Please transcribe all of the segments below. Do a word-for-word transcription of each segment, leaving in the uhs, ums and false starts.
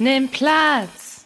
Nimm Platz.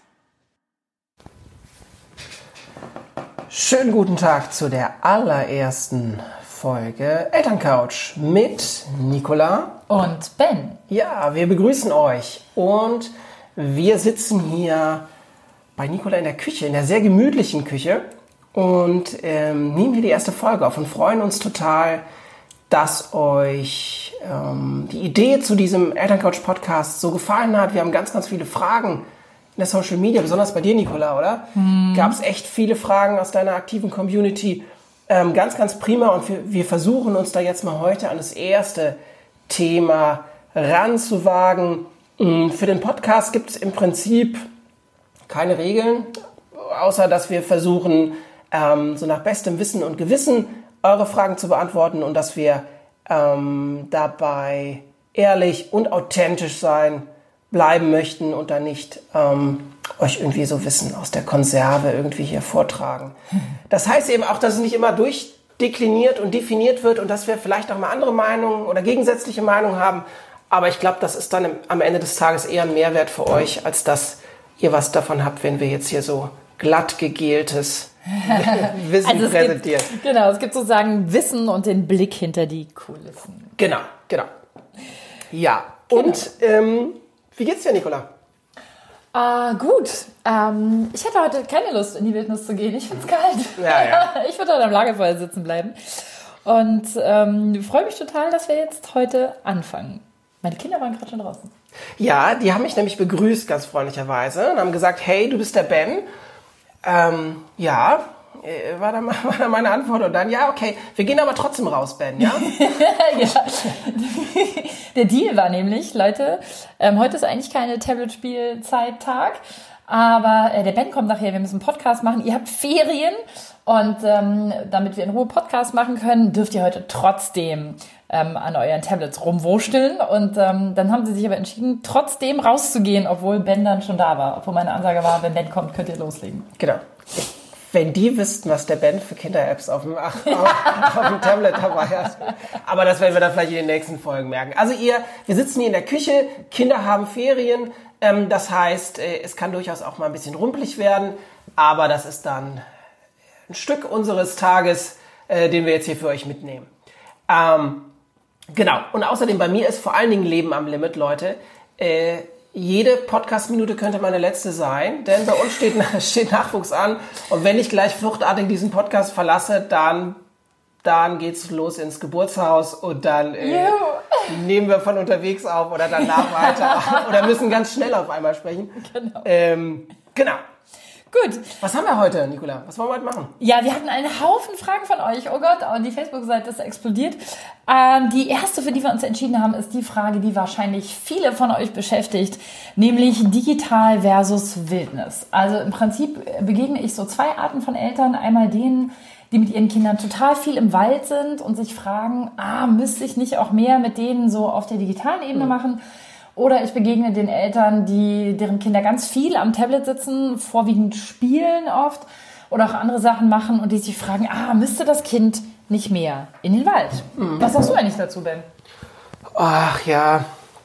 Schönen guten Tag zu der allerersten Folge Elterncouch mit Nicola und Ben. Ja, wir begrüßen euch und wir sitzen hier bei Nicola in der Küche, in der sehr gemütlichen Küche und ähm, nehmen hier die erste Folge auf und freuen uns total, dass euch ähm, die Idee zu diesem Elterncouch-Podcast so gefallen hat. Wir haben ganz, ganz viele Fragen in der Social Media, besonders bei dir, Nicola, oder? Hm. Gab es echt viele Fragen aus deiner aktiven Community. Ähm, ganz, ganz prima und wir, wir versuchen uns da jetzt mal heute an das erste Thema ranzuwagen. Für den Podcast gibt es im Prinzip keine Regeln, außer dass wir versuchen, ähm, so nach bestem Wissen und Gewissen eure Fragen zu beantworten und dass wir ähm, dabei ehrlich und authentisch sein bleiben möchten und dann nicht ähm, euch irgendwie so Wissen aus der Konserve irgendwie hier vortragen. Das heißt eben auch, dass es nicht immer durchdekliniert und definiert wird und dass wir vielleicht auch mal andere Meinungen oder gegensätzliche Meinungen haben. Aber ich glaube, das ist dann im, am Ende des Tages eher ein Mehrwert für euch, als dass ihr was davon habt, wenn wir jetzt hier so glatt gegeltes Wissen also präsentieren. Gibt, genau, es gibt sozusagen Wissen und den Blick hinter die Kulissen. Genau, genau. Ja, genau. Und ähm, wie geht's dir, Nicola? Uh, gut. Ähm, ich hätte heute keine Lust, in die Wildnis zu gehen. Ich find's kalt. Ja, ja. Ich würde heute am Lagerfeuer sitzen bleiben. Und ähm, freue mich total, dass wir jetzt heute anfangen. Meine Kinder waren gerade schon draußen. Ja, die haben mich nämlich begrüßt, ganz freundlicherweise, und haben gesagt, hey, du bist der Ben. Ähm, ja, war dann, war dann meine Antwort. Und dann, ja, okay, wir gehen aber trotzdem raus, Ben, ja? Ja. Der Deal war nämlich, Leute, ähm, heute ist eigentlich keine Tablet-Spielzeit-Tag, aber äh, der Ben kommt nachher, wir müssen einen Podcast machen. Ihr habt Ferien und ähm, damit wir in Ruhe Podcast machen können, dürft ihr heute trotzdem ähm, an euren Tablets rumwurschteln. Und ähm, dann haben sie sich aber entschieden, trotzdem rauszugehen, obwohl Ben dann schon da war. Obwohl meine Ansage war, wenn Ben kommt, könnt ihr loslegen. Genau. Wenn die wüssten, was der Ben für Kinder-Apps auf dem, auf, auf dem Tablet dabei hat. Aber das werden wir dann vielleicht in den nächsten Folgen merken. Also ihr, wir sitzen hier in der Küche, Kinder haben Ferien. Ähm, das heißt, äh, es kann durchaus auch mal ein bisschen rumpelig werden. Aber das ist dann ein Stück unseres Tages, äh, den wir jetzt hier für euch mitnehmen. Ähm, genau. Und außerdem bei mir ist vor allen Dingen Leben am Limit, Leute. Äh, Jede Podcast-Minute könnte meine letzte sein, denn bei uns steht, steht Nachwuchs an. Und wenn ich gleich fluchtartig diesen Podcast verlasse, dann, dann geht's los ins Geburtshaus und dann äh, nehmen wir von unterwegs auf oder danach weiter oder müssen ganz schnell auf einmal sprechen. Genau. Ähm, genau. Gut. Was haben wir heute, Nicola? Was wollen wir heute machen? Ja, wir hatten einen Haufen Fragen von euch. Oh Gott, oh, die Facebook-Seite ist explodiert. Ähm, die erste, für die wir uns entschieden haben, ist die Frage, die wahrscheinlich viele von euch beschäftigt, nämlich digital versus Wildnis. Also im Prinzip begegne ich so zwei Arten von Eltern. Einmal denen, die mit ihren Kindern total viel im Wald sind und sich fragen, ah, müsste ich nicht auch mehr mit denen so auf der digitalen Ebene mhm. machen? Oder ich begegne den Eltern, die deren Kinder ganz viel am Tablet sitzen, vorwiegend spielen oft oder auch andere Sachen machen und die sich fragen, ah, müsste das Kind nicht mehr in den Wald? Mhm. Was sagst du eigentlich dazu, Ben? Ach ja,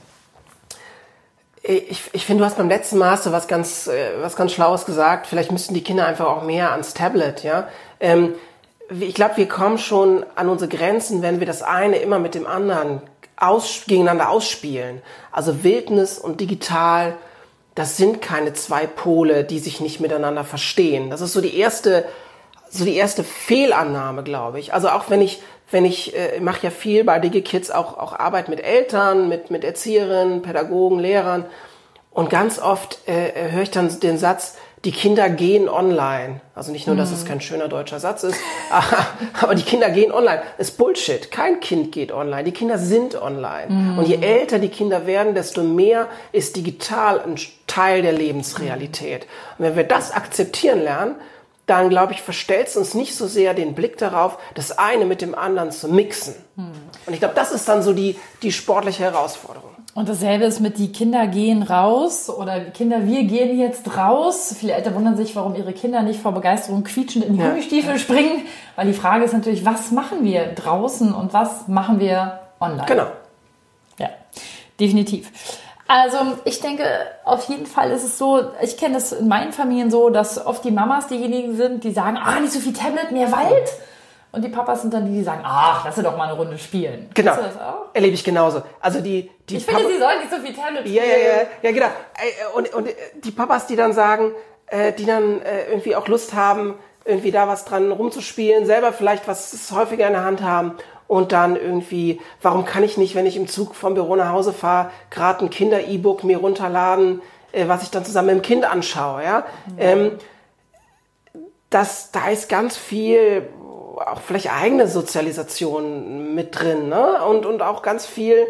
ich, ich finde, du hast beim letzten Mal so was ganz, was ganz Schlaues gesagt. Vielleicht müssten die Kinder einfach auch mehr ans Tablet, ja. Ähm, ich glaube, wir kommen schon an unsere Grenzen, wenn wir das eine immer mit dem anderen Aus, gegeneinander ausspielen. Also Wildnis und digital, das sind keine zwei Pole, die sich nicht miteinander verstehen. Das ist so die erste, so die erste Fehlannahme, glaube ich. Also auch wenn ich, wenn ich, äh, mache ja viel bei DigiKids auch, auch Arbeit mit Eltern, mit, mit Erzieherinnen, Pädagogen, Lehrern. Und ganz oft äh, höre ich dann den Satz, die Kinder gehen online. Also nicht nur, dass es kein schöner deutscher Satz ist, aber die Kinder gehen online. Das ist Bullshit. Kein Kind geht online. Die Kinder sind online. Mm. Und je älter die Kinder werden, desto mehr ist digital ein Teil der Lebensrealität. Und wenn wir das akzeptieren lernen, dann, glaube ich, verstellt es uns nicht so sehr den Blick darauf, das eine mit dem anderen zu mixen. Mm. Und ich glaube, das ist dann so die, die sportliche Herausforderung. Und dasselbe ist mit die Kinder gehen raus oder die Kinder, wir gehen jetzt raus. Viele Eltern wundern sich, warum ihre Kinder nicht vor Begeisterung quietschend in die ja. Gummistiefel springen. Weil die Frage ist natürlich, was machen wir draußen und was machen wir online? Genau. Ja, definitiv. Also ich denke, auf jeden Fall ist es so, ich kenne das in meinen Familien so, dass oft die Mamas diejenigen sind, die sagen, ah, nicht so viel Tablet, mehr Wald. Und die Papas sind dann die, die sagen, ach, lass sie doch mal eine Runde spielen. Genau, du das auch? Erlebe ich genauso. Also die, die ich finde, Papa- sie sollen nicht so viel Tablet Ja, spielen. ja, ja, ja, genau. Und, und die Papas, die dann sagen, äh, die dann äh, irgendwie auch Lust haben, irgendwie da was dran rumzuspielen, selber vielleicht was häufiger in der Hand haben und dann irgendwie, warum kann ich nicht, wenn ich im Zug vom Büro nach Hause fahre, gerade ein Kinder-E-Book mir runterladen, äh, was ich dann zusammen mit dem Kind anschaue, ja? Mhm. Ähm, das, da ist ganz viel, auch vielleicht eigene Sozialisation mit drin, ne? Und, und auch ganz viel,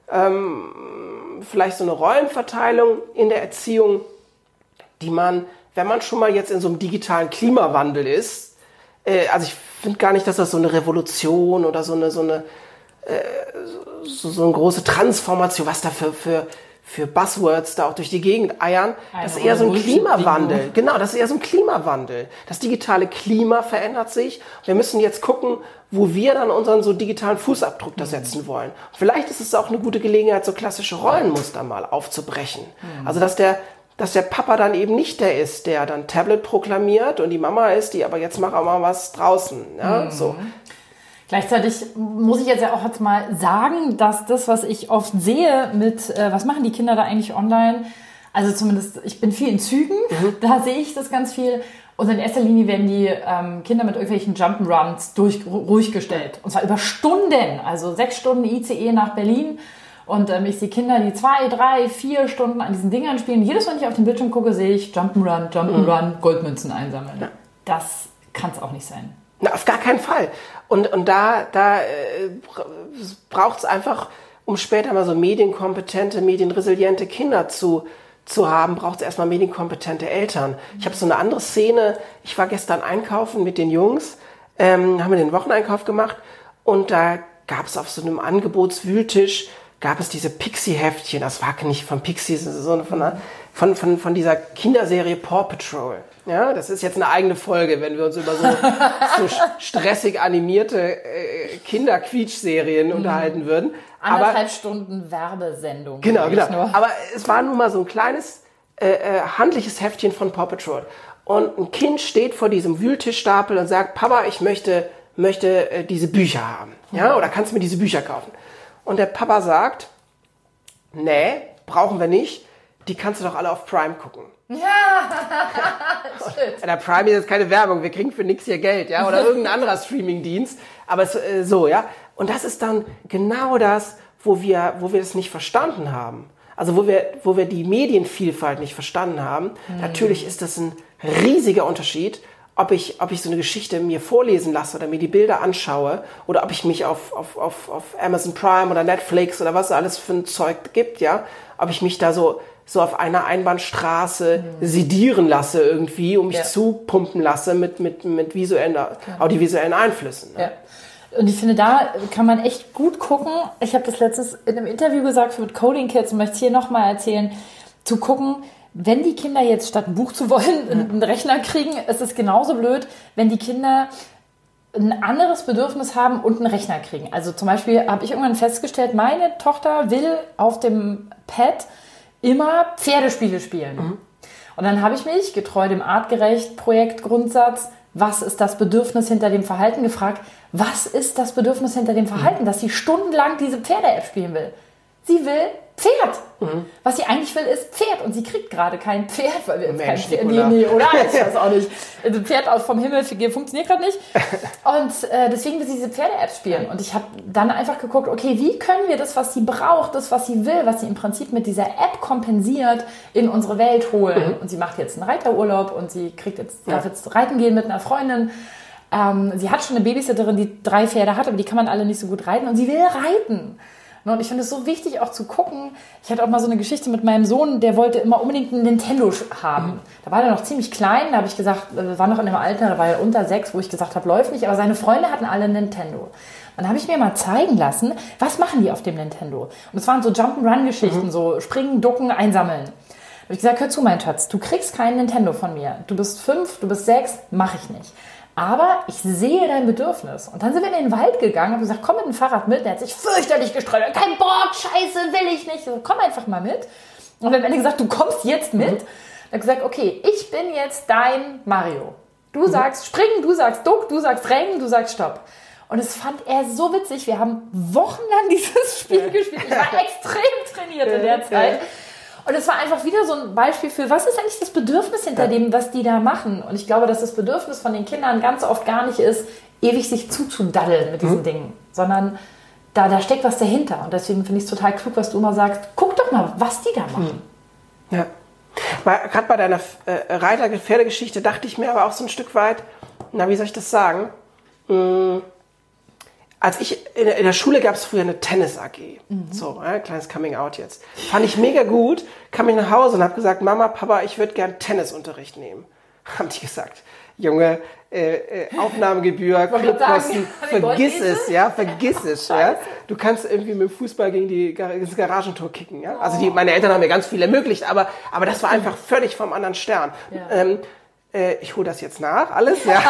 ähm, vielleicht so eine Rollenverteilung in der Erziehung, die man, wenn man schon mal jetzt in so einem digitalen Klimawandel ist, äh, also ich finde gar nicht, dass das so eine Revolution oder so eine so eine äh, so, so eine große Transformation, was da für für für Buzzwords da auch durch die Gegend eiern, Eine das ist eher so ein Klimawandel. Ding. Genau, das ist eher so ein Klimawandel. Das digitale Klima verändert sich. Wir müssen jetzt gucken, wo wir dann unseren so digitalen Fußabdruck da setzen wollen. Vielleicht ist es auch eine gute Gelegenheit, so klassische Rollenmuster mal aufzubrechen. Mhm. Also dass der dass der Papa dann eben nicht der ist, der dann Tablet proklamiert und die Mama ist, die aber jetzt mach auch mal was draußen. Ja, mhm. so. Gleichzeitig muss ich jetzt ja auch jetzt mal sagen, dass das, was ich oft sehe mit, äh, was machen die Kinder da eigentlich online, also zumindest, ich bin viel in Zügen, mhm. da sehe ich das ganz viel. Und in erster Linie werden die ähm, Kinder mit irgendwelchen Jump'n'Runs durch, ruhig gestellt. Und zwar über Stunden, also sechs Stunden I C E nach Berlin. Und ähm, ich sehe Kinder, die zwei, drei, vier Stunden an diesen Dingern spielen. Jedes Mal, wenn ich auf den Bildschirm gucke, sehe ich Jump'n'Run, Jump'n'Run, mhm. Goldmünzen einsammeln. Ja. Das kann es auch nicht sein. Na, auf gar keinen Fall. Und, und da, da äh, braucht es einfach, um später mal so medienkompetente, medienresiliente Kinder zu, zu haben, braucht es erstmal medienkompetente Eltern. Ich habe so eine andere Szene. Ich war gestern einkaufen mit den Jungs, ähm, haben wir den Wocheneinkauf gemacht und da gab es auf so einem Angebotswühltisch gab es diese Pixie-Heftchen, das war nicht von Pixie, sondern von, von, von, von dieser Kinderserie Paw Patrol. Ja, das ist jetzt eine eigene Folge, wenn wir uns über so, so stressig animierte äh, Kinder-Quietsch-Serien mhm. unterhalten würden. Anderthalb Aber, Stunden Werbesendung. Genau, genau. Nur. Aber es war nun mal so ein kleines äh, äh, handliches Heftchen von Paw Patrol. Und ein Kind steht vor diesem Wühltischstapel und sagt, Papa, ich möchte, möchte äh, diese Bücher haben. Ja, oder kannst du mir diese Bücher kaufen? Und der Papa sagt, nee, brauchen wir nicht. Die kannst du doch alle auf Prime gucken. Ja, shit. Der Prime ist jetzt keine Werbung, wir kriegen für nichts hier Geld, ja, oder irgendein anderer Streamingdienst. Aber es, äh, so, ja. Und das ist dann genau das, wo wir, wo wir das nicht verstanden haben. Also wo wir, wo wir die Medienvielfalt nicht verstanden haben. Mhm. Natürlich ist das ein riesiger Unterschied, ob ich, ob ich so eine Geschichte mir vorlesen lasse oder mir die Bilder anschaue oder ob ich mich auf, auf, auf, auf Amazon Prime oder Netflix oder was es alles für ein Zeug gibt, ja, ob ich mich da so, so auf einer Einbahnstraße mhm. sedieren lasse irgendwie und mich ja. zupumpen lasse mit, mit, mit visuellen, ja. audiovisuellen Einflüssen. Ne? Ja. Und ich finde, da kann man echt gut gucken. Ich habe das letztens in einem Interview gesagt mit Coding Kids und möchte es hier nochmal erzählen, zu gucken, wenn die Kinder jetzt statt ein Buch zu wollen einen Rechner kriegen, ist es genauso blöd, wenn die Kinder ein anderes Bedürfnis haben und einen Rechner kriegen. Also zum Beispiel habe ich irgendwann festgestellt, meine Tochter will auf dem Pad immer Pferdespiele spielen. Mhm. Und dann habe ich mich, getreu dem Artgerecht-Projekt-Grundsatz, was ist das Bedürfnis hinter dem Verhalten, gefragt, was ist das Bedürfnis hinter dem Verhalten, mhm. dass sie stundenlang diese Pferde-App spielen will. Sie will Pferd. Mhm. Was sie eigentlich will, ist Pferd. Und sie kriegt gerade kein Pferd, weil wir jetzt Mensch, kein Pferd... Nee, nee, oder? Ich weiß auch nicht. Ein Pferd vom Himmel funktioniert gerade nicht. Und äh, deswegen will sie diese Pferde-App spielen. Und ich habe dann einfach geguckt, okay, wie können wir das, was sie braucht, das, was sie will, was sie im Prinzip mit dieser App kompensiert, in unsere Welt holen. Mhm. Und sie macht jetzt einen Reiterurlaub und sie kriegt jetzt, darf jetzt reiten gehen mit einer Freundin. Ähm, sie hat schon eine Babysitterin, die drei Pferde hat, aber die kann man alle nicht so gut reiten. Und sie will reiten. Und ich finde es so wichtig auch zu gucken. Ich hatte auch mal so eine Geschichte mit meinem Sohn, der wollte immer unbedingt einen Nintendo haben. Mhm. Da war er noch ziemlich klein, da habe ich gesagt, wir waren noch in dem Alter, da war er unter sechs, wo ich gesagt habe, läuft nicht, aber seine Freunde hatten alle einen Nintendo. Dann habe ich mir mal zeigen lassen, was machen die auf dem Nintendo? Und es waren so Jump'n'Run-Geschichten, mhm. so springen, ducken, einsammeln. Da habe ich gesagt, hör zu, mein Schatz, du kriegst keinen Nintendo von mir. Du bist fünf, du bist sechs, mache ich nicht. Aber ich sehe dein Bedürfnis. Und dann sind wir in den Wald gegangen und haben gesagt, komm mit dem Fahrrad mit. Der hat sich fürchterlich gesträubt. Kein Bock, scheiße, will ich nicht. So, komm einfach mal mit. Und wir haben am Ende gesagt, du kommst jetzt mit. Mhm. Dann hat gesagt, okay, ich bin jetzt dein Mario. Du mhm. sagst springen, du sagst duck, du sagst rennen, du sagst stopp. Und es fand er so witzig. Wir haben wochenlang dieses Spiel gespielt. Ich war extrem trainiert in der Zeit. Und es war einfach wieder so ein Beispiel für, was ist eigentlich das Bedürfnis hinter dem, was die da machen? Und ich glaube, dass das Bedürfnis von den Kindern ganz oft gar nicht ist, ewig sich zuzudaddeln mit diesen mhm. Dingen, sondern da, da steckt was dahinter. Und deswegen finde ich es total klug, was du immer sagst, guck doch mal, was die da machen. Ja. Gerade bei deiner äh, Reiter-Pferdegeschichte dachte ich mir aber auch so ein Stück weit, na, wie soll ich das sagen? Hm, als ich, in, in der Schule gab es früher eine Tennis-A G. Mhm. So, äh, kleines Coming-out jetzt. Fand ich mega gut, kam ich nach Hause und habe gesagt, Mama, Papa, ich würde gern Tennisunterricht nehmen. Haben die gesagt, Junge, äh, äh, Aufnahmegebühr, Clubkosten, vergiss es, ja, vergiss es, ja. Du kannst irgendwie mit dem Fußball gegen die, das Garagentor kicken, ja. Also die, meine Eltern haben mir ganz viel ermöglicht, aber, aber das war einfach völlig vom anderen Stern. Ja. Ähm, äh, ich hole das jetzt nach, alles, ja.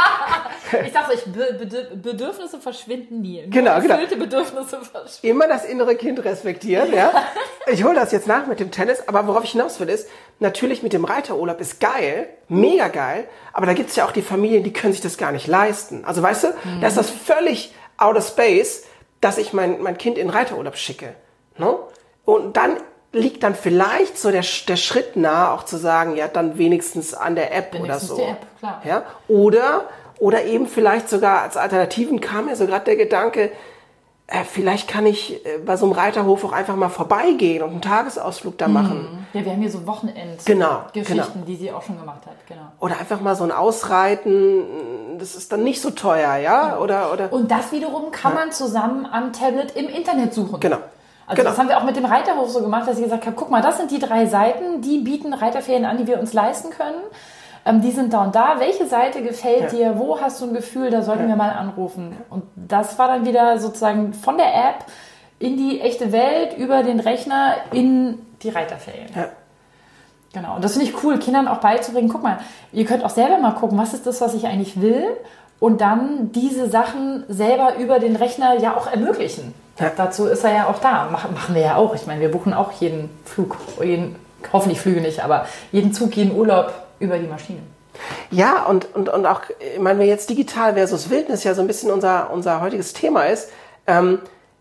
Ich sag euch, Be- Be- Bedürfnisse verschwinden nie. Genau, genau. Erfüllte Bedürfnisse verschwinden. Immer das innere Kind respektieren, ja. Ich hole das jetzt nach mit dem Tennis, aber worauf ich hinaus will ist, natürlich mit dem Reiterurlaub ist geil, mega geil, aber da gibt's ja auch die Familien, die können sich das gar nicht leisten. Also weißt du, mhm. da ist das völlig out of space, dass ich mein, mein Kind in Reiterurlaub schicke. Ne? Und dann liegt dann vielleicht so der, der Schritt nahe, auch zu sagen, ja, dann wenigstens an der App wenigstens oder so. Die App, klar. Ja? Oder, oder eben vielleicht sogar als Alternativen kam mir so gerade der Gedanke, äh, vielleicht kann ich äh, bei so einem Reiterhof auch einfach mal vorbeigehen und einen Tagesausflug da machen. Ja, wir haben hier so Wochenend-Geschichten, genau, genau. die sie auch schon gemacht hat. Genau. Oder einfach mal so ein Ausreiten, das ist dann nicht so teuer, ja? ja. Oder, oder und das wiederum kann ja. man zusammen am Tablet im Internet suchen. Genau. Also genau. das haben wir auch mit dem Reiterhof so gemacht, dass ich gesagt habe, guck mal, das sind die drei Seiten, die bieten Reiterferien an, die wir uns leisten können. Ähm, die sind da und da. Welche Seite gefällt ja. dir? Wo hast du ein Gefühl, da sollten ja. wir mal anrufen? Und das war dann wieder sozusagen von der App in die echte Welt, über den Rechner in die Reiterferien. Ja. Genau. Und das finde ich cool, Kindern auch beizubringen. Guck mal, ihr könnt auch selber mal gucken, was ist das, was ich eigentlich will? Und dann diese Sachen selber über den Rechner ja auch ermöglichen. Ja. Dazu ist er ja auch da. Machen, machen wir ja auch. Ich meine, wir buchen auch jeden Flug, jeden, hoffentlich Flüge nicht, aber jeden Zug, jeden Urlaub über die Maschine. Ja, und, und, und auch, ich meine, wenn jetzt digital versus Wildnis ja so ein bisschen unser, unser heutiges Thema ist, ähm,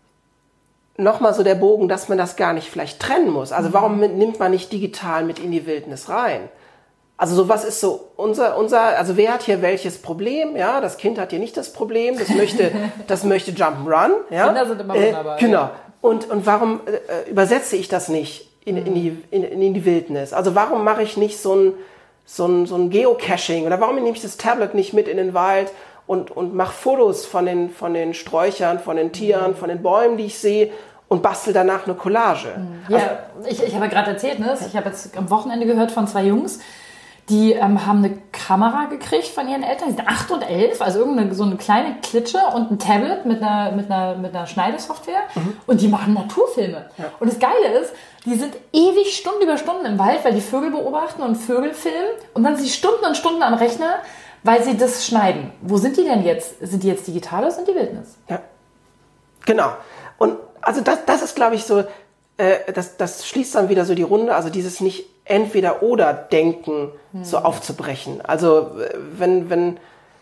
nochmal so der Bogen, dass man das gar nicht vielleicht trennen muss. Also warum nimmt man nicht digital mit in die Wildnis rein? Also so was ist so unser, unser, also wer hat hier welches Problem? Ja, das Kind hat hier nicht das Problem, das möchte, das möchte Jump'n'Run. Ja? Kinder sind immer wunderbar. Äh, genau. Ja. Und, und warum äh, übersetze ich das nicht in, in, die, in, in die Wildnis? Also warum mache ich nicht so ein, so ein, so ein Geocaching? Oder warum nehme ich das Tablet nicht mit in den Wald und, und mache Fotos von den, von den Sträuchern, von den Tieren, von den Bäumen, die ich sehe? Und bastel danach eine Collage. Ja, also, ich, ich habe ja gerade erzählt, ne? Ich habe jetzt am Wochenende gehört von zwei Jungs, die ähm, haben eine Kamera gekriegt von ihren Eltern, die sind acht und elf, also irgendeine so eine kleine Klitsche und ein Tablet mit einer, mit einer, mit einer Schneidesoftware mhm. und die machen Naturfilme. Ja. Und das Geile ist, die sind ewig Stunden über Stunden im Wald, weil die Vögel beobachten und Vögel filmen und dann sind sie Stunden und Stunden am Rechner, weil sie das schneiden. Wo sind die denn jetzt? Sind die jetzt digital oder sind die Wildnis? Ja, genau. Und also das, das ist, glaube ich, so, äh, das, das schließt dann wieder so die Runde, also dieses nicht Entweder-Oder-Denken hm. so aufzubrechen. Also wenn, wenn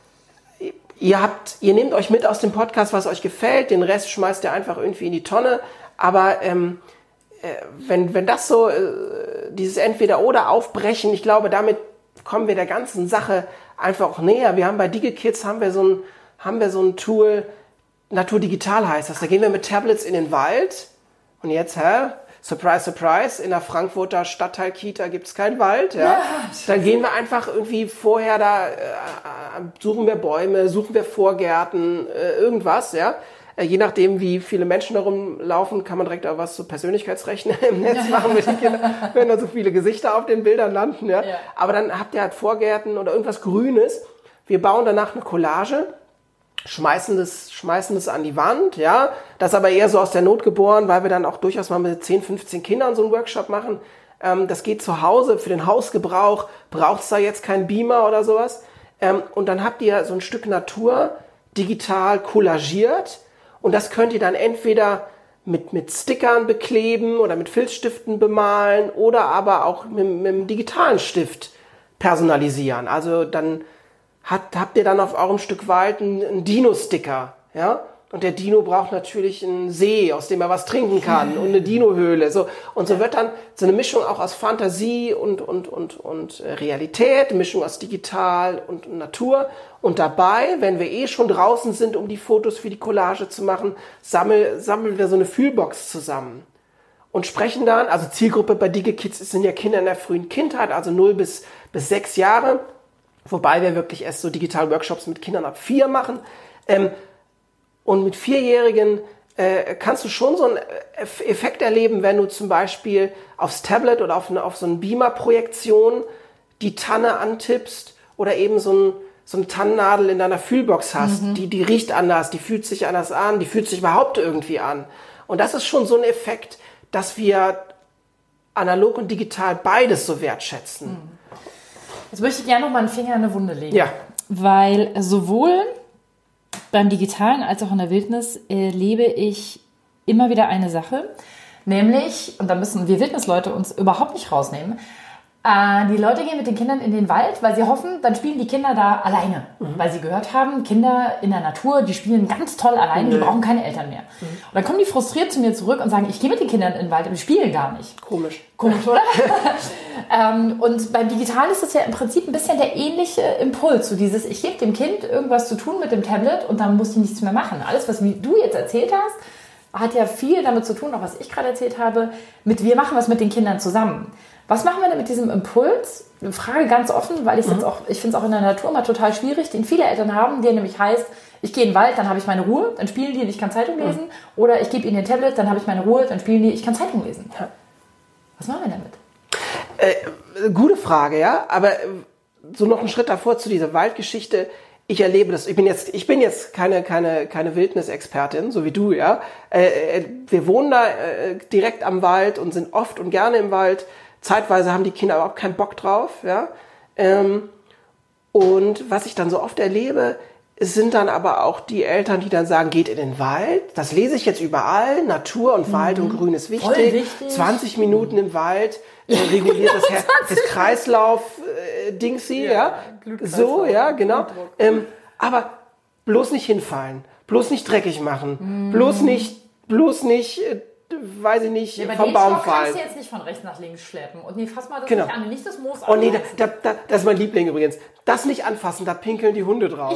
ihr habt, ihr nehmt euch mit aus dem Podcast, was euch gefällt, den Rest schmeißt ihr einfach irgendwie in die Tonne, aber ähm, äh, wenn, wenn das so, äh, dieses Entweder-Oder aufbrechen, ich glaube, damit kommen wir der ganzen Sache einfach auch näher. Wir haben bei DigiKids haben wir so ein, haben wir so ein Tool, Natur digital heißt das. Da gehen wir mit Tablets in den Wald. Und jetzt, hä? Surprise, surprise. In der Frankfurter Stadtteil-Kita gibt's keinen Wald. Ja? Ja. Dann gehen wir einfach irgendwie vorher da, äh, suchen wir Bäume, suchen wir Vorgärten, äh, irgendwas. Ja? Äh, je nachdem, wie viele Menschen da rumlaufen, kann man direkt auch was zu Persönlichkeitsrechten im Netz machen mit den Kindern, wenn da so viele Gesichter auf den Bildern landen. Ja? Ja. Aber dann habt ihr halt Vorgärten oder irgendwas Grünes. Wir bauen danach eine Collage. Schmeißen das, schmeißen das an die Wand, ja. Das ist aber eher so aus der Not geboren, weil wir dann auch durchaus mal mit zehn, fünfzehn Kindern so einen Workshop machen. Ähm, das geht zu Hause für den Hausgebrauch. Braucht es da jetzt keinen Beamer oder sowas? Ähm, und dann habt ihr so ein Stück Natur digital collagiert und das könnt ihr dann entweder mit, mit Stickern bekleben oder mit Filzstiften bemalen oder aber auch mit, mit einem digitalen Stift personalisieren. Also dann hat, habt ihr dann auf eurem Stück Wald einen, einen Dino-Sticker, ja? Und der Dino braucht natürlich einen See, aus dem er was trinken kann und eine Dino-Höhle. So. Und so wird dann so eine Mischung auch aus Fantasie und, und, und, und Realität, Mischung aus Digital und Natur. Und dabei, wenn wir eh schon draußen sind, um die Fotos für die Collage zu machen, sammel, sammeln wir so eine Fühlbox zusammen. Und sprechen dann, also Zielgruppe bei DigiKids sind ja Kinder in der frühen Kindheit, also null bis, bis sechs Jahre. Wobei wir wirklich erst so Digital-Workshops mit Kindern ab vier machen. Ähm, Und mit Vierjährigen äh, kannst du schon so einen Effekt erleben, wenn du zum Beispiel aufs Tablet oder auf, eine, auf so eine Beamer-Projektion die Tanne antippst oder eben so, ein, so eine Tannennadel in deiner Fühlbox hast. Mhm. Die, die riecht anders, die fühlt sich anders an, die fühlt sich überhaupt irgendwie an. Und das ist schon so ein Effekt, dass wir analog und digital beides so wertschätzen. Mhm. Jetzt möchte ich gerne noch mal einen Finger in eine Wunde legen. Ja. Weil sowohl beim Digitalen als auch in der Wildnis erlebe ich immer wieder eine Sache, nämlich, und da müssen wir Wildnisleute uns überhaupt nicht rausnehmen, äh, die Leute gehen mit den Kindern in den Wald, weil sie hoffen, dann spielen die Kinder da alleine. Mhm. Weil sie gehört haben, Kinder in der Natur, die spielen ganz toll alleine, mhm. die brauchen keine Eltern mehr. Mhm. Und dann kommen die frustriert zu mir zurück und sagen, ich gehe mit den Kindern in den Wald, aber die spielen gar nicht. Komisch. Komisch, oder? ähm, und beim Digitalen ist das ja im Prinzip ein bisschen der ähnliche Impuls. So dieses, ich gebe dem Kind irgendwas zu tun mit dem Tablet und dann muss die nichts mehr machen. Alles, was du jetzt erzählt hast, hat ja viel damit zu tun, auch was ich gerade erzählt habe, mit wir machen was mit den Kindern zusammen. Was machen wir denn mit diesem Impuls? Eine Frage ganz offen, weil ich es mhm. jetzt auch, ich finde es auch in der Natur mal total schwierig, den viele Eltern haben, der nämlich heißt, ich gehe in den Wald, dann habe ich meine Ruhe, dann spielen die und ich kann Zeitung lesen. Mhm. Oder ich gebe ihnen den Tablet, dann habe ich meine Ruhe, dann spielen die, ich kann Zeitung lesen. Ja. Was machen wir damit? Äh, gute Frage, ja. Aber so noch einen Schritt davor zu dieser Waldgeschichte. Ich erlebe das. Ich bin jetzt, ich bin jetzt keine, keine, keine Wildnisexpertin, so wie du, ja. Äh, wir wohnen da äh, direkt am Wald und sind oft und gerne im Wald. Zeitweise haben die Kinder überhaupt keinen Bock drauf, ja. Ähm, und was ich dann so oft erlebe, es sind dann aber auch die Eltern, die dann sagen, geht in den Wald. Das lese ich jetzt überall. Natur und Wald mhm. und Grün ist wichtig. wichtig. zwanzig Minuten im Wald äh, reguliert das, Her- das Kreislauf-Dingsy. Äh, ja, ja. So, ja, genau. Ähm, aber bloß nicht hinfallen. Bloß nicht dreckig machen. Mhm. Bloß nicht, bloß nicht... Äh, weiß ich nicht, nee, vom Baum fallen. kannst du jetzt nicht von rechts nach links schleppen. Und nee, fass mal das genau. nicht an, nicht das Moos an. Oh nee, da, da, da, das ist mein Liebling übrigens. Das nicht anfassen, da pinkeln die Hunde drauf.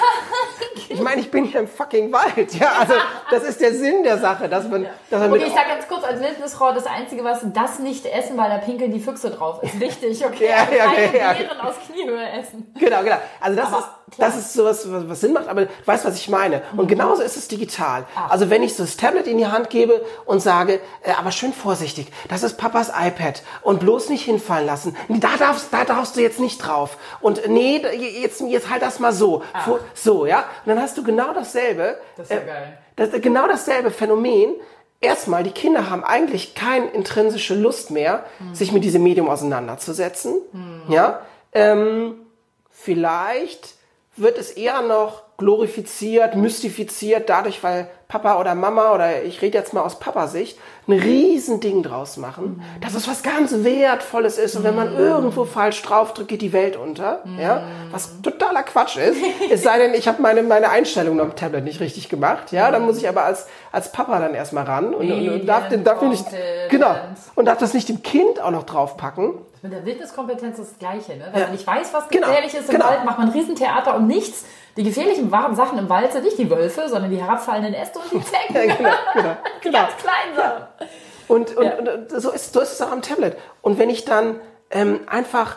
Ja. Ich meine, ich bin hier im fucking Wald. Ja, also das ist der Sinn der Sache, dass man... Ja. Dass man okay, mit, ich sag ganz kurz als Wildnisfrau, das Einzige, was das nicht essen, weil da pinkeln die Füchse drauf, ist wichtig, okay? ja, ja, keine okay, ja. Beeren aus Kniehöhe essen. Genau, genau. Also das aber, ist das ist sowas, was, was Sinn macht, aber du weißt, was ich meine. Und mhm. genauso ist es digital. Ach. Also wenn ich so das Tablet in die Hand gebe und sage, äh, aber schön vorsichtig, das ist Papas iPad und bloß nicht hinfallen lassen. Da darfst, da darfst du jetzt nicht drauf. Und nee, jetzt, jetzt halt das mal so. Ach. So, ja. Und dann hast du genau dasselbe. Das ist ja äh, geil. Das, genau dasselbe Phänomen. Erstmal, die Kinder haben eigentlich keine intrinsische Lust mehr, mhm. sich mit diesem Medium auseinanderzusetzen. Mhm. Ja. Ähm, vielleicht wird es eher noch glorifiziert, mystifiziert, dadurch, weil Papa oder Mama, oder ich rede jetzt mal aus Papa-Sicht, ein Riesending draus machen, mhm. dass es was ganz Wertvolles ist und wenn man irgendwo falsch draufdrückt, geht die Welt unter, mhm. ja, was totaler Quatsch ist, es sei denn, ich habe meine, meine Einstellung am Tablet nicht richtig gemacht, ja, dann muss ich aber als, als Papa dann erstmal ran und, und, und darf, den, darf nicht, genau, und darf das nicht dem Kind auch noch draufpacken. Mit der Wildniskompetenz ist das Gleiche, ne? Wenn ja. man nicht weiß, was genau. gefährlich ist im genau. Wald, macht man ein Riesentheater um nichts. Die gefährlichen wahren Sachen im Wald sind nicht die Wölfe, sondern die herabfallenden Äste und die Zecken. Ja, genau, genau, die genau. ganz klein sind. Ja. Und, und, ja. und so, ist, so ist es auch am Tablet. Und wenn ich dann ähm, einfach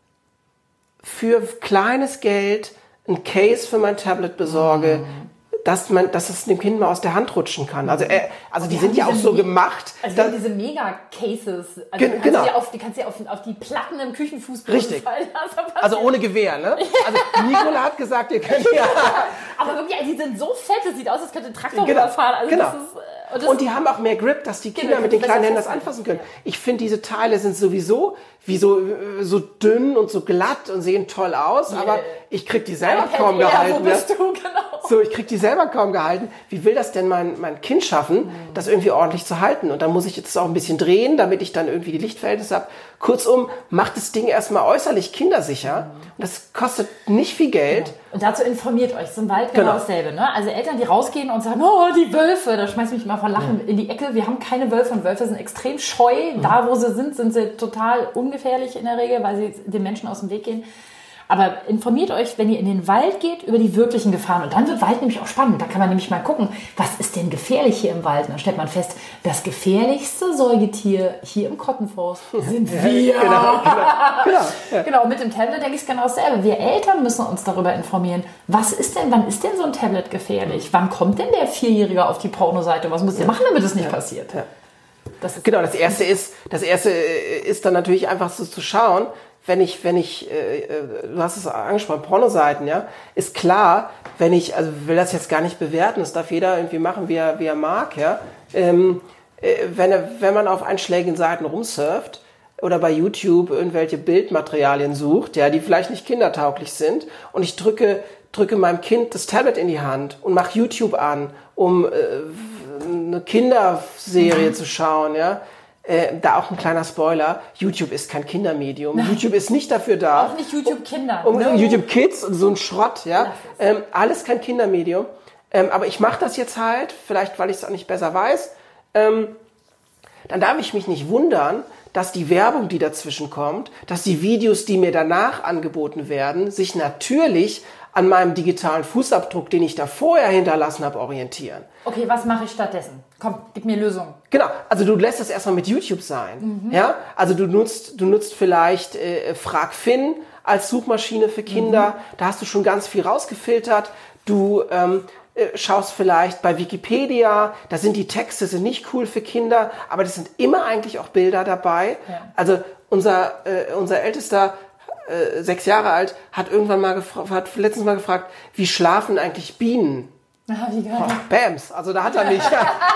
für kleines Geld ein Case für mein Tablet besorge, mm. dass man, dass es dem Kind mal aus der Hand rutschen kann. Also, äh, also die, die sind ja auch so Me- gemacht. Also wir diese Mega-Cases. Also Gen- du kannst genau. die, auf, die kannst du auf, auf die Platten im Küchenfußboden Richtig. fallen. Also ohne Gewehr, ne? Also Nicola hat gesagt, ihr könnt ja. Aber wirklich, die sind so fett, es sieht aus, als könnte ein Traktor genau. rüberfahren. Also genau. das ist, äh Und, und die haben auch mehr Grip, dass die Kinder mit den kleinen Händen das anfassen können. Ich finde, diese Teile sind sowieso wie so, so dünn und so glatt und sehen toll aus, yeah. aber ich krieg die selber iPad kaum Air, gehalten. Wo bist du? Genau. So, ich krieg die selber kaum gehalten. Wie will das denn mein, mein Kind schaffen, mhm. das irgendwie ordentlich zu halten? Und dann muss ich jetzt auch ein bisschen drehen, damit ich dann irgendwie die Lichtverhältnisse habe. Kurzum, macht das Ding erstmal äußerlich kindersicher. Mhm. Und das kostet nicht viel Geld. Genau. Und dazu informiert euch, ist im Wald genau, genau dasselbe. Ne? Also Eltern, die rausgehen und sagen, oh, die Wölfe, da schmeißt mich mal vor Lachen mhm. in die Ecke. Wir haben keine Wölfe und Wölfe sind extrem scheu. Mhm. Da, wo sie sind, sind sie total ungefährlich in der Regel, weil sie den Menschen aus dem Weg gehen. Aber informiert euch, wenn ihr in den Wald geht, über die wirklichen Gefahren. Und dann wird Wald nämlich auch spannend. Da kann man nämlich mal gucken, was ist denn gefährlich hier im Wald? Und dann stellt man fest, das gefährlichste Säugetier hier im Kottenforst sind wir. Ja, genau, genau, genau, ja. Genau, und mit dem Tablet denke ich es genau dasselbe. Wir Eltern müssen uns darüber informieren, was ist denn, wann ist denn so ein Tablet gefährlich? Wann kommt denn der Vierjährige auf die Pornoseite? Was muss der machen, damit es nicht ja. passiert? Ja. Das ist genau, das erste ist, das erste ist dann natürlich einfach so zu schauen, wenn ich, wenn ich, äh, du hast es angesprochen, Pornoseiten, ja, ist klar, wenn ich, also will das jetzt gar nicht bewerten, das darf jeder irgendwie machen, wie er, wie er mag, ja, ähm, äh, wenn er, wenn man auf einschlägigen Seiten rumsurft oder bei YouTube irgendwelche Bildmaterialien sucht, ja, die vielleicht nicht kindertauglich sind und ich drücke, drücke meinem Kind das Tablet in die Hand und mache YouTube an, um äh, eine Kinderserie mhm. zu schauen, ja. Äh, da auch ein kleiner Spoiler, YouTube ist kein Kindermedium. Nein. YouTube ist nicht dafür da. Auch nicht YouTube Kinder. Um, um no. YouTube Kids und so ein Schrott, ja. Ähm, alles kein Kindermedium. Ähm, aber ich mache das jetzt halt, vielleicht weil ich es auch nicht besser weiß. Ähm, dann darf ich mich nicht wundern, dass die Werbung, die dazwischen kommt, dass die Videos, die mir danach angeboten werden, sich natürlich an meinem digitalen Fußabdruck, den ich da vorher hinterlassen habe, orientieren. Okay, was mache ich stattdessen? Komm, gib mir Lösungen. Genau, also du lässt das erstmal mit YouTube sein. Mhm. Ja? Also du nutzt, du nutzt vielleicht äh, Frag Finn als Suchmaschine für Kinder. Mhm. Da hast du schon ganz viel rausgefiltert. Du ähm, äh, schaust vielleicht bei Wikipedia, da sind die Texte sind nicht cool für Kinder, aber das sind immer eigentlich auch Bilder dabei. Ja. Also unser, äh, unser ältester Äh, sechs Jahre alt, hat irgendwann mal gefragt, hat letztens mal gefragt, wie schlafen eigentlich Bienen? Ah, wie geil. Oh, Bams, also da hat er nicht,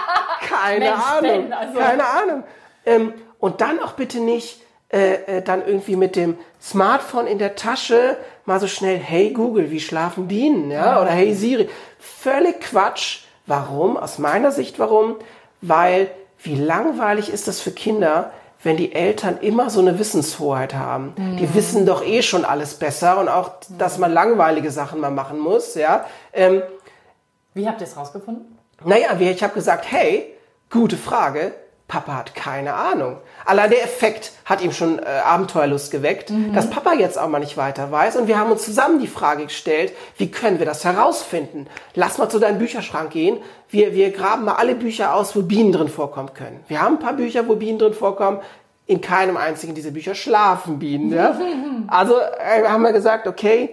keine Mensch, Ahnung, Ben, also. keine Ahnung. Ähm, und dann auch bitte nicht äh, äh, dann irgendwie mit dem Smartphone in der Tasche mal so schnell, hey Google, wie schlafen Bienen? Ja? Ja. Oder hey Siri. Völlig Quatsch. Warum? Aus meiner Sicht warum? Weil, wie langweilig ist das für Kinder, wenn die Eltern immer so eine Wissenshoheit haben. Mhm. Die wissen doch eh schon alles besser und auch, dass man langweilige Sachen mal machen muss. Ja. Ähm, Wie habt ihr es rausgefunden? Naja, ich habe gesagt, hey, gute Frage, Papa hat keine Ahnung. Allein der Effekt hat ihm schon äh, Abenteuerlust geweckt, mhm. dass Papa jetzt auch mal nicht weiter weiß. Und wir haben uns zusammen die Frage gestellt, wie können wir das herausfinden? Lass mal zu deinem Bücherschrank gehen. Wir, wir graben mal alle Bücher aus, wo Bienen drin vorkommen können. Wir haben ein paar Bücher, wo Bienen drin vorkommen. In keinem einzigen dieser Bücher schlafen Bienen. Ja? Also äh, haben wir gesagt, okay,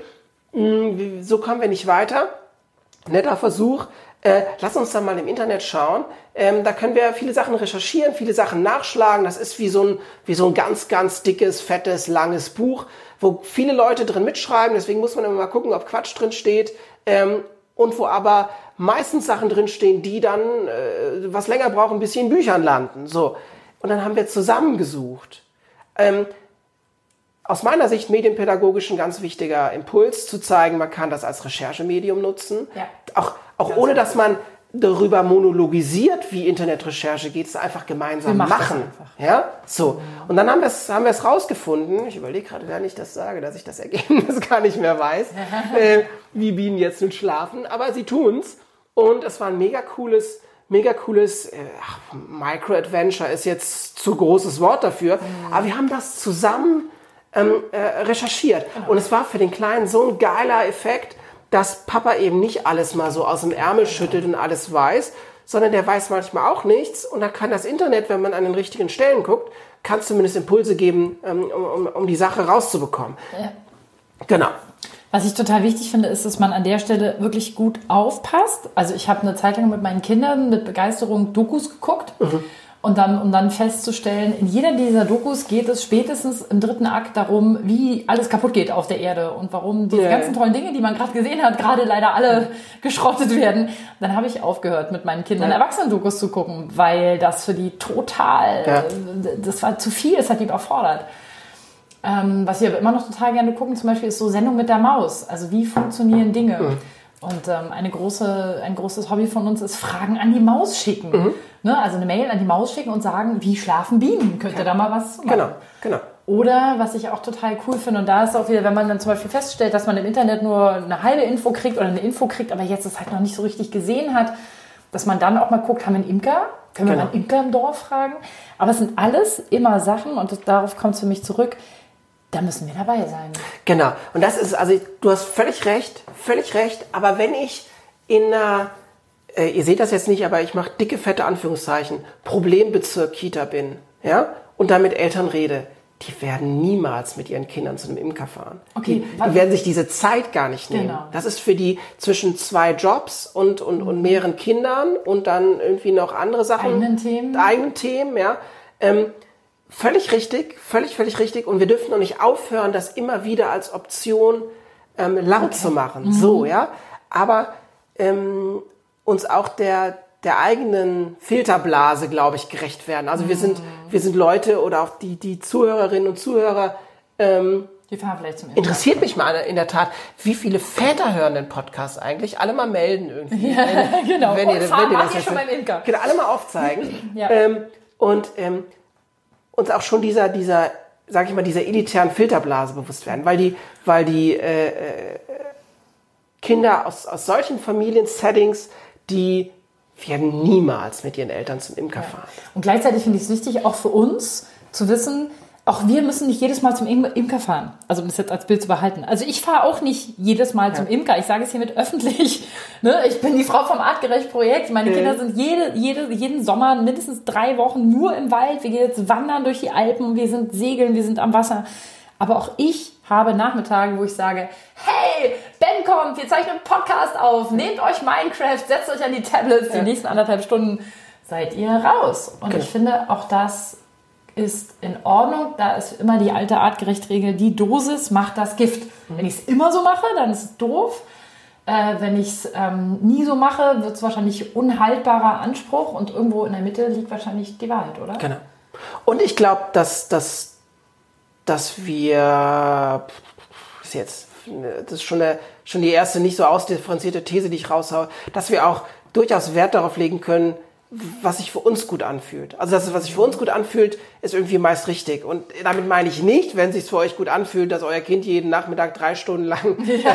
mh, so kommen wir nicht weiter. Netter Versuch. Äh, lass uns dann mal im Internet schauen. Ähm, da können wir viele Sachen recherchieren, viele Sachen nachschlagen. Das ist wie so ein, wie so ein ganz, ganz dickes, fettes, langes Buch, wo viele Leute drin mitschreiben. Deswegen muss man immer mal gucken, ob Quatsch drin steht. Ähm, und wo aber meistens Sachen drin stehen, die dann äh, was länger brauchen, bis sie in Büchern landen. So. Und dann haben wir zusammengesucht. Ähm, Aus meiner Sicht medienpädagogisch ein ganz wichtiger Impuls, zu zeigen, man kann das als Recherchemedium nutzen. Ja. Auch, auch ohne, dass man darüber monologisiert, wie Internetrecherche geht, es einfach gemeinsam machen. Einfach. Ja? So. Und dann haben wir es haben wir es rausgefunden. Ich überlege gerade, wenn ich das sage, dass ich das Ergebnis gar nicht mehr weiß, äh, wie Bienen jetzt nun schlafen. Aber sie tun's. Und es war ein mega cooles, mega cooles, äh, Micro-Adventure ist jetzt zu großes Wort dafür. Mhm. Aber wir haben das zusammen Ähm, äh, recherchiert. Genau. Und es war für den Kleinen so ein geiler Effekt, dass Papa eben nicht alles mal so aus dem Ärmel schüttelt und alles weiß, sondern der weiß manchmal auch nichts. Und da kann das Internet, wenn man an den richtigen Stellen guckt, kann es zumindest Impulse geben, ähm, um, um die Sache rauszubekommen. Ja. Genau. Was ich total wichtig finde, ist, dass man an der Stelle wirklich gut aufpasst. Also ich habe eine Zeit lang mit meinen Kindern mit Begeisterung Dokus geguckt. Mhm. Und dann, um dann festzustellen, in jeder dieser Dokus geht es spätestens im dritten Akt darum, wie alles kaputt geht auf der Erde und warum diese ja. ganzen tollen Dinge, die man gerade gesehen hat, gerade leider alle geschrottet werden. Dann habe ich aufgehört, mit meinen Kindern ja. Erwachsenen-Dokus zu gucken, weil das für die total, ja. das war zu viel, es hat die überfordert. Ähm, was wir aber immer noch total gerne gucken, zum Beispiel ist so Sendung mit der Maus. Also wie funktionieren Dinge? Mhm. Und ähm, eine große, ein großes Hobby von uns ist Fragen an die Maus schicken. Mhm. Ne? Also eine Mail an die Maus schicken und sagen, wie schlafen Bienen? Könnt ihr da mal was machen? Genau, genau. Oder, was ich auch total cool finde, und da ist auch wieder, wenn man dann zum Beispiel feststellt, dass man im Internet nur eine halbe Info kriegt oder eine Info kriegt, aber jetzt es halt noch nicht so richtig gesehen hat, dass man dann auch mal guckt, haben wir einen Imker? Können wir genau. mal einen Imker im Dorf fragen? Aber es sind alles immer Sachen, und das, darauf kommt es für mich zurück, da müssen wir dabei sein. Genau. Und das ist, also du hast völlig recht, völlig recht. Aber wenn ich in einer, äh, ihr seht das jetzt nicht, aber ich mache dicke, fette Anführungszeichen, Problembezirk Kita bin, ja, und dann mit Eltern rede, die werden niemals mit ihren Kindern zu einem Imker fahren. Okay. Die, die werden sich diese Zeit gar nicht nehmen. Genau. Das ist für die zwischen zwei Jobs und, und, und mehreren Kindern und dann irgendwie noch andere Sachen. Eigenen Themen. Eigenen Themen, ja. Ähm, Völlig richtig, völlig, völlig richtig. Und wir dürfen noch nicht aufhören, das immer wieder als Option ähm, laut okay. zu machen. Mhm. So, ja. Aber ähm, uns auch der, der eigenen Filterblase, glaube ich, gerecht werden. Also mhm. wir sind, wir sind Leute oder auch die, die Zuhörerinnen und Zuhörer, ähm, die fahren vielleicht zum Imker. Interessiert mich mal in der Tat, wie viele Väter hören den Podcast eigentlich? Alle mal melden irgendwie. Ja, wenn, genau. Wenn und ihr, fahren, wenn ihr das ihr jetzt schon beim Imker. Genau, alle mal aufzeigen. ja. ähm, und ähm, uns auch schon dieser, dieser, sag ich mal, dieser elitären Filterblase bewusst werden, weil die, weil die äh, äh, Kinder aus, aus solchen Familiensettings, die werden niemals mit ihren Eltern zum Imker fahren. Ja. Und gleichzeitig finde ich es wichtig, auch für uns zu wissen, auch wir müssen nicht jedes Mal zum Imker fahren. Also um das jetzt als Bild zu behalten. Also ich fahre auch nicht jedes Mal ja. zum Imker. Ich sage es hiermit öffentlich. Ne? Ich bin die Frau vom Artgerecht-Projekt. Meine okay. Kinder sind jede, jede, jeden Sommer mindestens drei Wochen nur im Wald. Wir gehen jetzt wandern durch die Alpen. Wir sind segeln, wir sind am Wasser. Aber auch ich habe Nachmittage, wo ich sage, hey, Ben kommt, wir zeichnen einen Podcast auf. Nehmt euch Minecraft, setzt euch an die Tablets. Ja. Die nächsten anderthalb Stunden seid ihr raus. Und okay. ich finde, auch das ist in Ordnung. Da ist immer die alte Artgerecht-Regel, die Dosis macht das Gift. Mhm. Wenn ich es immer so mache, dann ist es doof. Äh, wenn ich es ähm, nie so mache, wird es wahrscheinlich unhaltbarer Anspruch und irgendwo in der Mitte liegt wahrscheinlich die Wahrheit, oder? Genau. Und ich glaube, dass, dass, dass wir, das ist jetzt, das ist schon, eine, schon die erste nicht so ausdifferenzierte These, die ich raushaue, dass wir auch durchaus Wert darauf legen können, was sich für uns gut anfühlt. Also das, was sich für uns gut anfühlt, ist irgendwie meist richtig. Und damit meine ich nicht, wenn es sich für euch gut anfühlt, dass euer Kind jeden Nachmittag drei Stunden lang ja.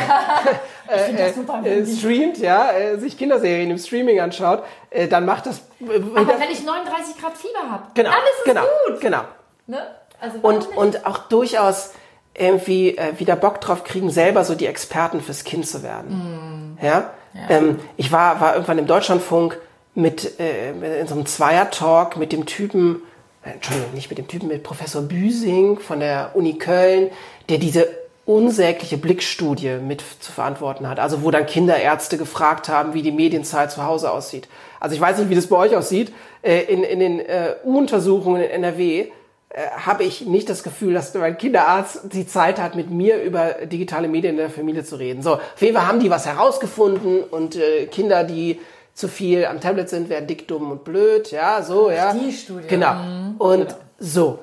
äh, äh, äh, streamt, ja, äh, sich Kinderserien im Streaming anschaut, äh, dann macht das. Äh, Aber wenn ich neununddreißig Grad Fieber habe, genau, dann ist es genau, gut. Genau. Ne? Also und, und auch durchaus irgendwie äh, wieder Bock drauf kriegen, selber so die Experten fürs Kind zu werden. Mm. Ja? ja. Ähm, ich war, war irgendwann im Deutschlandfunk mit äh, in so einem Zweier-Talk mit dem Typen, äh, Entschuldigung, nicht mit dem Typen, mit Professor Büsing von der Uni Köln, der diese unsägliche Blickstudie mit zu verantworten hat. Also wo dann Kinderärzte gefragt haben, wie die Medienzeit zu Hause aussieht. Also ich weiß nicht, wie das bei euch aussieht. Äh, in, in den äh, U-Untersuchungen in N R W äh, habe ich nicht das Gefühl, dass mein Kinderarzt die Zeit hat, mit mir über digitale Medien in der Familie zu reden. So, auf jeden Fall haben die was herausgefunden und äh, Kinder, die zu viel am Tablet sind, werden dick, dumm und blöd, ja, so, ja. Die Studie. Genau. Mhm. Und genau. so.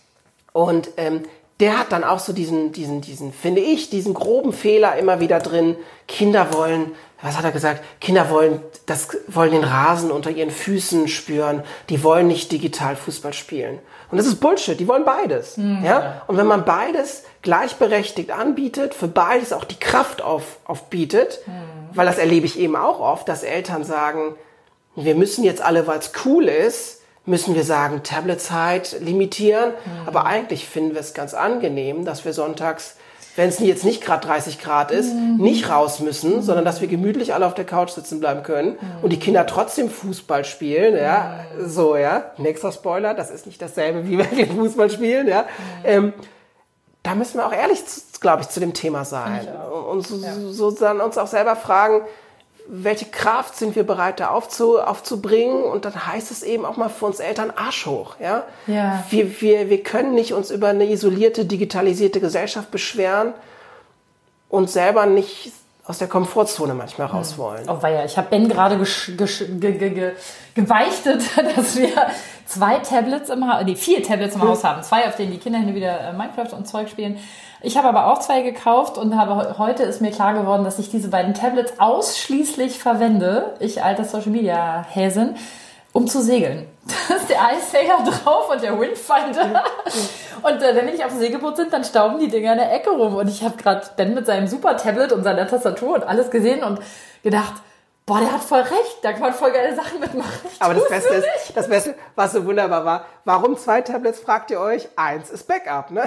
Und ähm, der hat dann auch so diesen, diesen, diesen, finde ich, diesen groben Fehler immer wieder drin. Kinder wollen, was hat er gesagt? Kinder wollen, das wollen den Rasen unter ihren Füßen spüren. Die wollen nicht digital Fußball spielen. Und das ist Bullshit. Die wollen beides, mhm. ja. Und wenn man beides gleichberechtigt anbietet, für beides auch die Kraft auf, aufbietet, mhm. weil das erlebe ich eben auch oft, dass Eltern sagen, wir müssen jetzt alle, weil es cool ist, müssen wir sagen, Tabletzeit limitieren. Mhm. Aber eigentlich finden wir es ganz angenehm, dass wir sonntags, wenn es jetzt nicht gerade dreißig Grad ist, mhm. nicht raus müssen, mhm. sondern dass wir gemütlich alle auf der Couch sitzen bleiben können mhm. und die Kinder trotzdem Fußball spielen. Ja, mhm. so, ja. Nächster Spoiler, das ist nicht dasselbe, wie wenn wir Fußball spielen. Ja. Mhm. Ähm, da müssen wir auch ehrlich, glaube ich, zu dem Thema sein. Und so, ja. so dann uns auch selber fragen, welche Kraft sind wir bereit, da aufzu, aufzubringen? Und dann heißt es eben auch mal für uns Eltern Arsch hoch. Ja? Ja. Wir, wir, wir können nicht uns über eine isolierte, digitalisierte Gesellschaft beschweren und selber nicht aus der Komfortzone manchmal raus wollen. Oh weia, ich habe Ben gerade gesch- gesch- ge- ge- ge- gebeichtet, dass wir zwei Tablets im Haus, nee, vier Tablets im Haus haben. Zwei, auf denen die Kinder hin und wieder äh, Minecraft und Zeug spielen. Ich habe aber auch zwei gekauft und habe heute ist mir klar geworden, dass ich diese beiden Tablets ausschließlich verwende, ich alter Social Media Häsin, um zu segeln. Da ist der Eisfänger drauf und der Windfinder. Und äh, wenn wir nicht auf dem Segelboot sind, dann stauben die Dinger in der Ecke rum. Und ich habe gerade Ben mit seinem super Tablet und seiner Tastatur und alles gesehen und gedacht, boah, der hat voll recht, da kann man voll geile Sachen mitmachen. Ich Aber das tu's Beste nur ist, nicht. das Beste, was so wunderbar war, warum zwei Tablets, fragt ihr euch? Eins ist Backup, ne?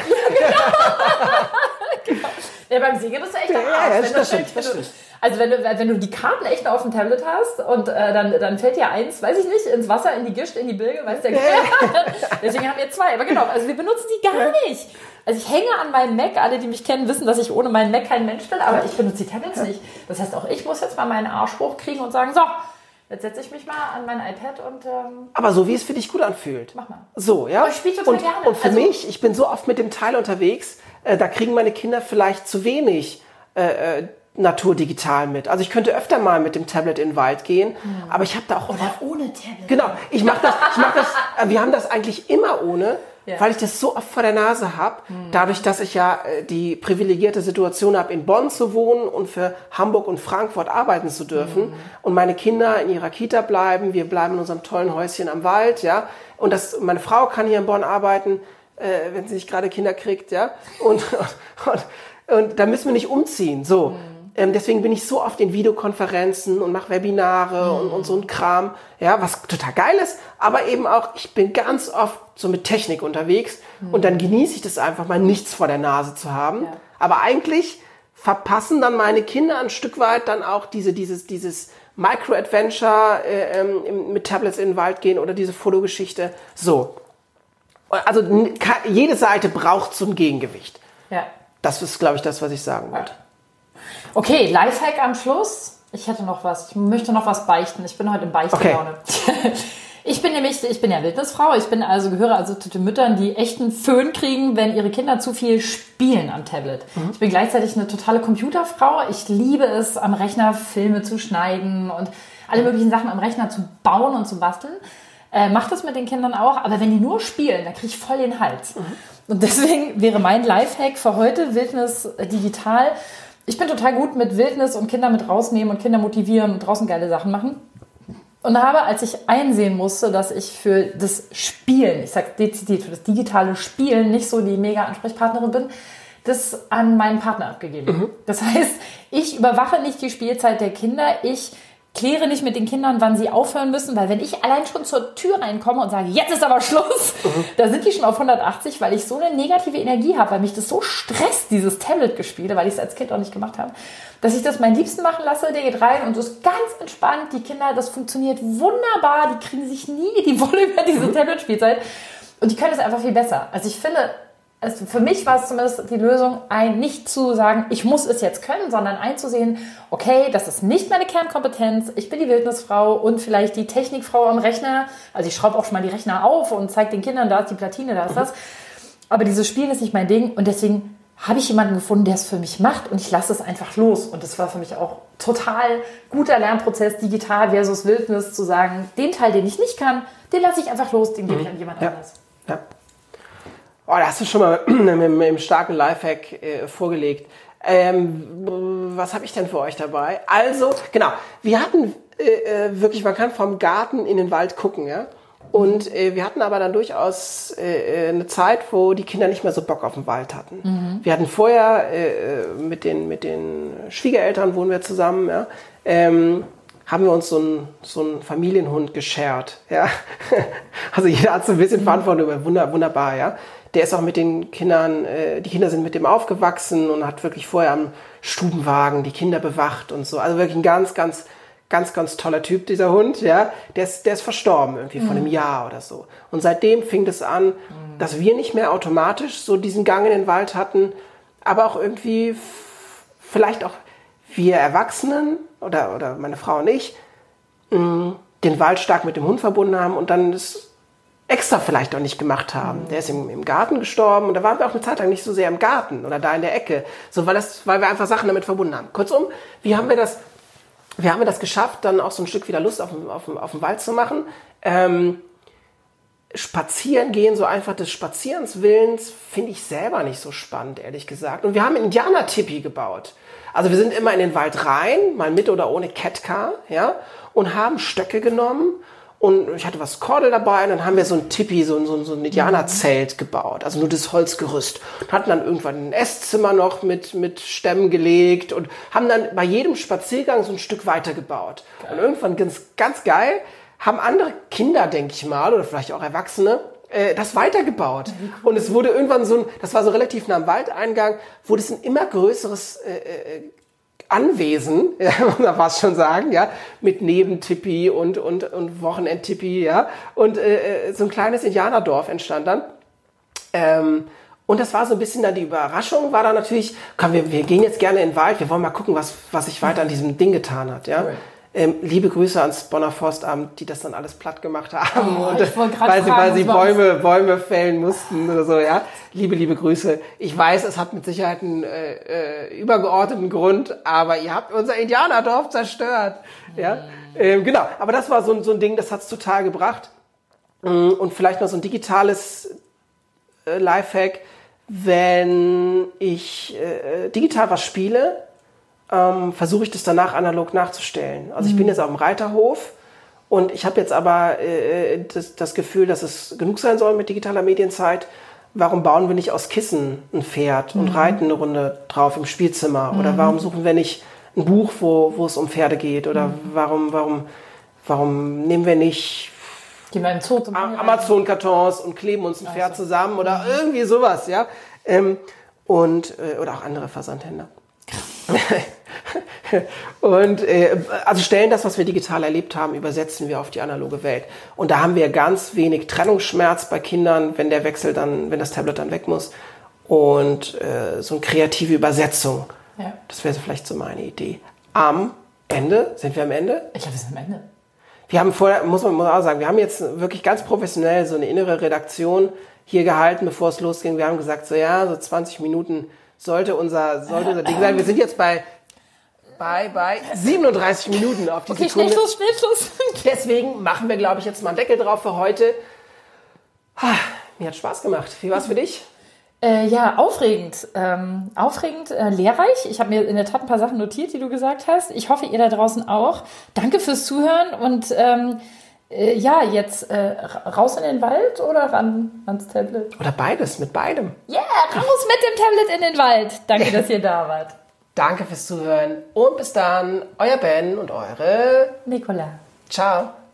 Genau. Ja, beim Segeln bist du echt am Ja, Arsch. ja, wenn das du, stimmt, das stimmt. Also wenn du, wenn du die Karten echt auf dem Tablet hast und äh, dann, dann fällt dir eins, weiß ich nicht, ins Wasser, in die Gischt, in die Bilge, weiß der Deswegen haben wir zwei. Aber genau, also wir benutzen die gar nicht. Also ich hänge an meinem Mac. Alle, die mich kennen, wissen, dass ich ohne meinen Mac kein Mensch bin, aber ich benutze die Tablets nicht. Das heißt, auch ich muss jetzt mal meinen Arsch hochkriegen und sagen, so, jetzt setze ich mich mal an mein iPad und ähm, Aber so, wie es für dich gut anfühlt. mach mal. So, ja. Aber ich spiel total und, gerne. und für Also- mich, ich bin so oft mit dem Teil unterwegs, äh, da kriegen meine Kinder vielleicht zu wenig äh, äh, Natur digital mit. Also ich könnte öfter mal mit dem Tablet in den Wald gehen, Hm. aber ich habe da auch... Oder ohne Tablet. Genau, ich mache das, ich mach das, äh, wir haben das eigentlich immer ohne, Ja. weil ich das so oft vor der Nase habe, dadurch, dass ich ja äh, die privilegierte Situation habe, in Bonn zu wohnen und für Hamburg und Frankfurt arbeiten zu dürfen und meine Kinder in ihrer Kita bleiben, wir bleiben in unserem tollen Häuschen am Wald, ja, und das, meine Frau kann hier in Bonn arbeiten, äh, wenn sie nicht gerade Kinder kriegt, ja, und, und, und, und da müssen wir nicht umziehen, so. Ähm, deswegen bin ich so oft in Videokonferenzen und mache Webinare und, und so ein Kram, ja, was total geil ist, aber eben auch, ich bin ganz oft so mit Technik unterwegs und dann genieße ich das einfach mal, nichts vor der Nase zu haben. Ja. Aber eigentlich verpassen dann meine Kinder ein Stück weit dann auch diese, dieses, dieses Micro-Adventure äh, ähm, mit Tablets in den Wald gehen oder diese Fotogeschichte. So. Also n- ka- jede Seite braucht so ein Gegengewicht. Ja. Das ist, glaube ich, das, was ich sagen wollte. Okay, Lifehack am Schluss. Ich hätte noch was. Ich möchte noch was beichten. Ich bin heute in Beichtlaune. Okay. Ich bin nämlich, ich bin ja Wildnisfrau. Ich bin also, gehöre also zu den Müttern, die echten Föhn kriegen, wenn ihre Kinder zu viel spielen am Tablet. Mhm. Ich bin gleichzeitig eine totale Computerfrau. Ich liebe es, am Rechner Filme zu schneiden und alle möglichen Sachen am Rechner zu bauen und zu basteln. Äh, mach das mit den Kindern auch. Aber wenn die nur spielen, dann kriege ich voll den Hals. Mhm. Und deswegen wäre mein Lifehack für heute Wildnis digital. Ich bin total gut mit Wildnis und Kinder mit rausnehmen und Kinder motivieren und draußen geile Sachen machen. Und habe, als ich einsehen musste, dass ich für das Spielen, ich sage dezidiert, für das digitale Spielen nicht so die mega Ansprechpartnerin bin, das an meinen Partner abgegeben. Mhm. Das heißt, ich überwache nicht die Spielzeit der Kinder, ich kläre nicht mit den Kindern, wann sie aufhören müssen, weil wenn ich allein schon zur Tür reinkomme und sage, jetzt ist aber Schluss, mhm. da sind die schon auf hundertachtzig, weil ich so eine negative Energie habe, weil mich das so stresst, dieses Tablet-Gespiele, weil ich es als Kind auch nicht gemacht habe, dass ich das meinen Liebsten machen lasse, der geht rein und das ist ganz entspannt, die Kinder, das funktioniert wunderbar, die kriegen sich nie die Wolle über diese Tablet-Spielzeit und die können es einfach viel besser. Also ich finde, also für mich war es zumindest die Lösung, ein, nicht zu sagen, ich muss es jetzt können, sondern einzusehen, okay, das ist nicht meine Kernkompetenz, ich bin die Wildnisfrau und vielleicht die Technikfrau am Rechner, also ich schraube auch schon mal die Rechner auf und zeige den Kindern, da ist die Platine, da ist das, aber dieses Spielen ist nicht mein Ding und deswegen habe ich jemanden gefunden, der es für mich macht und ich lasse es einfach los und das war für mich auch total guter Lernprozess, digital versus Wildnis, zu sagen, den Teil, den ich nicht kann, den lasse ich einfach los, den gebe ich an jemand ja. anders. Ja. Oh, da hast du schon mal mit einem starken Lifehack äh, vorgelegt. Ähm, was habe ich denn für euch dabei? Also, genau, wir hatten äh, wirklich, man kann vom Garten in den Wald gucken, ja. Und äh, wir hatten aber dann durchaus äh, eine Zeit, wo die Kinder nicht mehr so Bock auf den Wald hatten. Mhm. Wir hatten vorher äh, mit den mit den Schwiegereltern wohnen wir zusammen, ja. Ähm, haben wir uns so einen so einen Familienhund geschert, ja. Also jeder hat so ein bisschen Verantwortung über, wunder, wunderbar, ja. Der ist auch mit den Kindern, äh, die Kinder sind mit dem aufgewachsen und hat wirklich vorher am Stubenwagen die Kinder bewacht und so. Also wirklich ein ganz, ganz, ganz, ganz toller Typ, dieser Hund, ja. Der ist, der ist verstorben irgendwie mhm. vor einem Jahr oder so. Und seitdem fing es an, mhm. dass wir nicht mehr automatisch so diesen Gang in den Wald hatten, aber auch irgendwie f- vielleicht auch wir Erwachsenen oder, oder meine Frau und ich mh, den Wald stark mit dem Hund verbunden haben und dann das extra vielleicht auch nicht gemacht haben. Mhm. Der ist im, im Garten gestorben und da waren wir auch eine Zeit lang nicht so sehr im Garten oder da in der Ecke, so weil, das, weil wir einfach Sachen damit verbunden haben. Kurzum, wie haben wir das, wie haben wir das geschafft, dann auch so ein Stück wieder Lust auf, auf, auf den Wald zu machen? Ähm, Spazieren gehen, so einfach des Spazierens Willens, finde ich selber nicht so spannend, ehrlich gesagt. Und wir haben einen Indianer-Tipi gebaut. Also wir sind immer in den Wald rein, mal mit oder ohne Catcar, ja, und haben Stöcke genommen und ich hatte was Kordel dabei und dann haben wir so ein Tipi, so, so, so ein Indianerzelt gebaut, also nur das Holzgerüst. Und hatten dann irgendwann ein Esszimmer noch mit, mit Stämmen gelegt und haben dann bei jedem Spaziergang so ein Stück weiter gebaut. Geil. Und irgendwann ganz, ganz geil, haben andere Kinder, denke ich mal, oder vielleicht auch Erwachsene, äh, das weitergebaut. Cool. Und es wurde irgendwann so ein, das war so relativ nah am Waldeingang, wurde es ein immer größeres äh, äh, Anwesen, ja, man fast schon sagen, ja, mit Nebentipi und, und, und Wochenendtipi, ja, und äh, so ein kleines Indianerdorf entstand dann. Ähm, und das war so ein bisschen dann die Überraschung, war dann natürlich, komm, wir, wir gehen jetzt gerne in den Wald, wir wollen mal gucken, was, was sich weiter an diesem Ding getan hat, ja. Cool. Ähm, liebe Grüße ans Bonner Forstamt, die das dann alles platt gemacht haben, oh, und, weil fragen, sie, weil sie Bäume, Bäume fällen mussten oder so, ja. Liebe, liebe Grüße. Ich weiß, es hat mit Sicherheit einen äh, äh, übergeordneten Grund, aber ihr habt unser Indianerdorf zerstört, mhm. ja. Ähm, genau, aber das war so, so ein Ding, das hat's total gebracht. Und vielleicht noch so ein digitales äh, Lifehack, wenn ich äh, digital was spiele, Ähm, versuche ich das danach analog nachzustellen. Also ich bin jetzt auf dem Reiterhof und ich habe jetzt aber äh, das, das Gefühl, dass es genug sein soll mit digitaler Medienzeit. Warum bauen wir nicht aus Kissen ein Pferd und mhm. reiten eine Runde drauf im Spielzimmer? Mhm. Oder warum suchen wir nicht ein Buch, wo, wo es um Pferde geht? Oder mhm. warum, warum, warum nehmen wir nicht Amazon-Kartons und kleben uns ein Pferd also. zusammen? Oder mhm. irgendwie sowas, ja? Ähm, und, äh, oder auch andere Versandhändler. Und äh, also stellen das, was wir digital erlebt haben, übersetzen wir auf die analoge Welt. Und da haben wir ganz wenig Trennungsschmerz bei Kindern, wenn der Wechsel dann, wenn das Tablet dann weg muss. Und äh, so eine kreative Übersetzung. Ja. Das wäre so vielleicht so meine Idee. Am Ende, sind wir am Ende? Ich glaube, wir sind am Ende. Wir haben vorher, muss man muss auch sagen, wir haben jetzt wirklich ganz professionell so eine innere Redaktion hier gehalten, bevor es losging. Wir haben gesagt, so ja, so zwanzig Minuten sollte unser, sollte unser Ding sein. Wir sind jetzt bei Bei, bei siebenunddreißig Minuten auf die okay, Sekunde. Schnellschluss, Schnellschluss. Deswegen machen wir, glaube ich, jetzt mal einen Deckel drauf für heute. Mir hat Spaß gemacht. Wie war es für dich? Äh, ja, aufregend. Ähm, aufregend, äh, lehrreich. Ich habe mir in der Tat ein paar Sachen notiert, die du gesagt hast. Ich hoffe, ihr da draußen auch. Danke fürs Zuhören und ähm, äh, ja, jetzt äh, raus in den Wald oder ran ans Tablet? Oder beides, mit beidem. Ja, yeah, raus mit dem Tablet in den Wald. Danke, dass ihr da wart. Danke fürs Zuhören und bis dann, euer Ben und eure Nicola. Ciao.